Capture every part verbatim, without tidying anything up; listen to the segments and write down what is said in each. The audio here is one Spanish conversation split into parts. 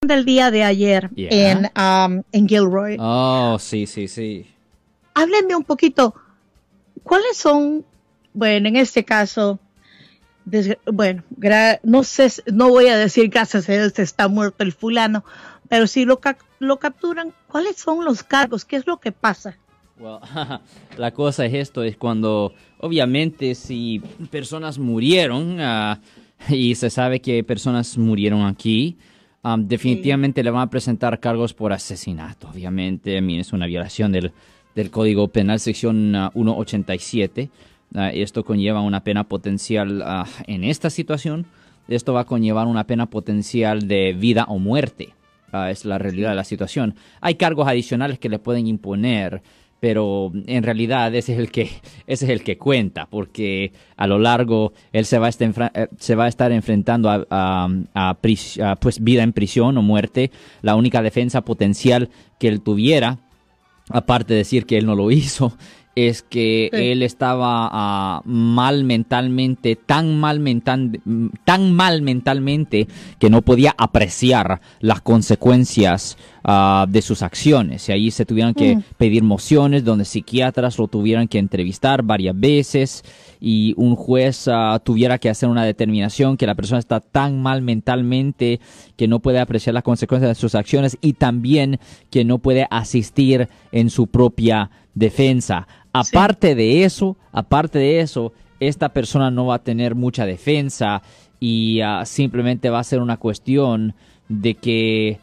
del día de ayer Yeah. en, um, en Gilroy. Oh, sí, sí, sí. Háblenme un poquito, ¿cuáles son, bueno, en este caso, des- bueno, gra- no sé, no voy a decir gracias a Dios está muerto el fulano, pero si lo, cap- lo capturan, ¿cuáles son los cargos? ¿Qué es lo que pasa? Well, la cosa es esto, es cuando, obviamente, si personas murieron, uh, y se sabe que personas murieron aquí, um, definitivamente sí. Le van a presentar cargos por asesinato, obviamente. A mí es una violación del, del Código Penal, sección uh, ciento ochenta y siete. Uh, esto conlleva una pena potencial uh, en esta situación. Esto va a conllevar una pena potencial de vida o muerte. Uh, es la realidad de la situación. Hay cargos adicionales que le pueden imponer, pero en realidad ese es el que ese es el que cuenta, porque a lo largo él se va a estar, se va a estar enfrentando a, a, a, pris, a pues vida en prisión o muerte. La única defensa potencial que él tuviera, aparte de decir que él no lo hizo, es que sí. Él estaba uh, mal mentalmente, tan mal, mental, tan mal mentalmente que no podía apreciar las consecuencias uh, de sus acciones. Y ahí se tuvieron que mm. pedir mociones donde psiquiatras lo tuvieran que entrevistar varias veces y un juez uh, tuviera que hacer una determinación que la persona está tan mal mentalmente que no puede apreciar las consecuencias de sus acciones y también que no puede asistir en su propia defensa. Aparte sí. de eso, aparte de eso, esta persona no va a tener mucha defensa y uh, simplemente va a ser una cuestión de que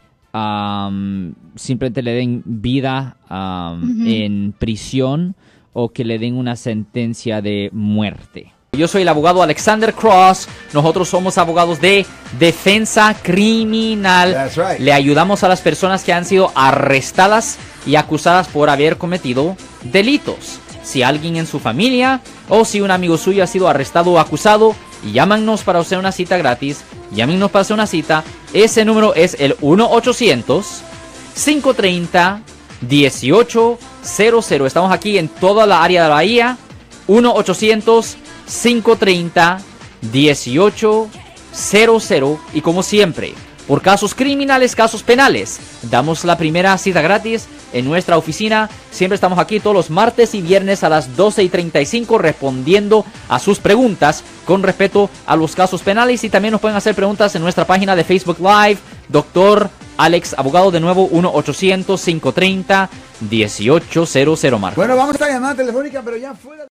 um, simplemente le den vida um, uh-huh. en prisión o que le den una sentencia de muerte. Yo soy el abogado Alexander Cross. Nosotros somos abogados de defensa criminal. That's right. Le ayudamos a las personas que han sido arrestadas y acusadas por haber cometido delitos. Si alguien en su familia o si un amigo suyo ha sido arrestado o acusado, llámanos para hacer una cita gratis. Llámenos para hacer una cita. Ese número es el uno ochocientos, cinco treinta, dieciocho cero cero. Estamos aquí en toda la área de la Bahía. uno ochocientos, cinco treinta, dieciocho cero cero. Y como siempre, por casos criminales, casos penales, damos la primera cita gratis en nuestra oficina. Siempre estamos aquí todos los martes y viernes a las doce y treinta y cinco respondiendo a sus preguntas con respecto a los casos penales. Y también nos pueden hacer preguntas en nuestra página de Facebook Live. Doctor Alex Abogado, de nuevo, uno ochocientos, cinco treinta, dieciocho cero cero, Marco. Bueno, vamos a esta llamada telefónica, pero ya fuera.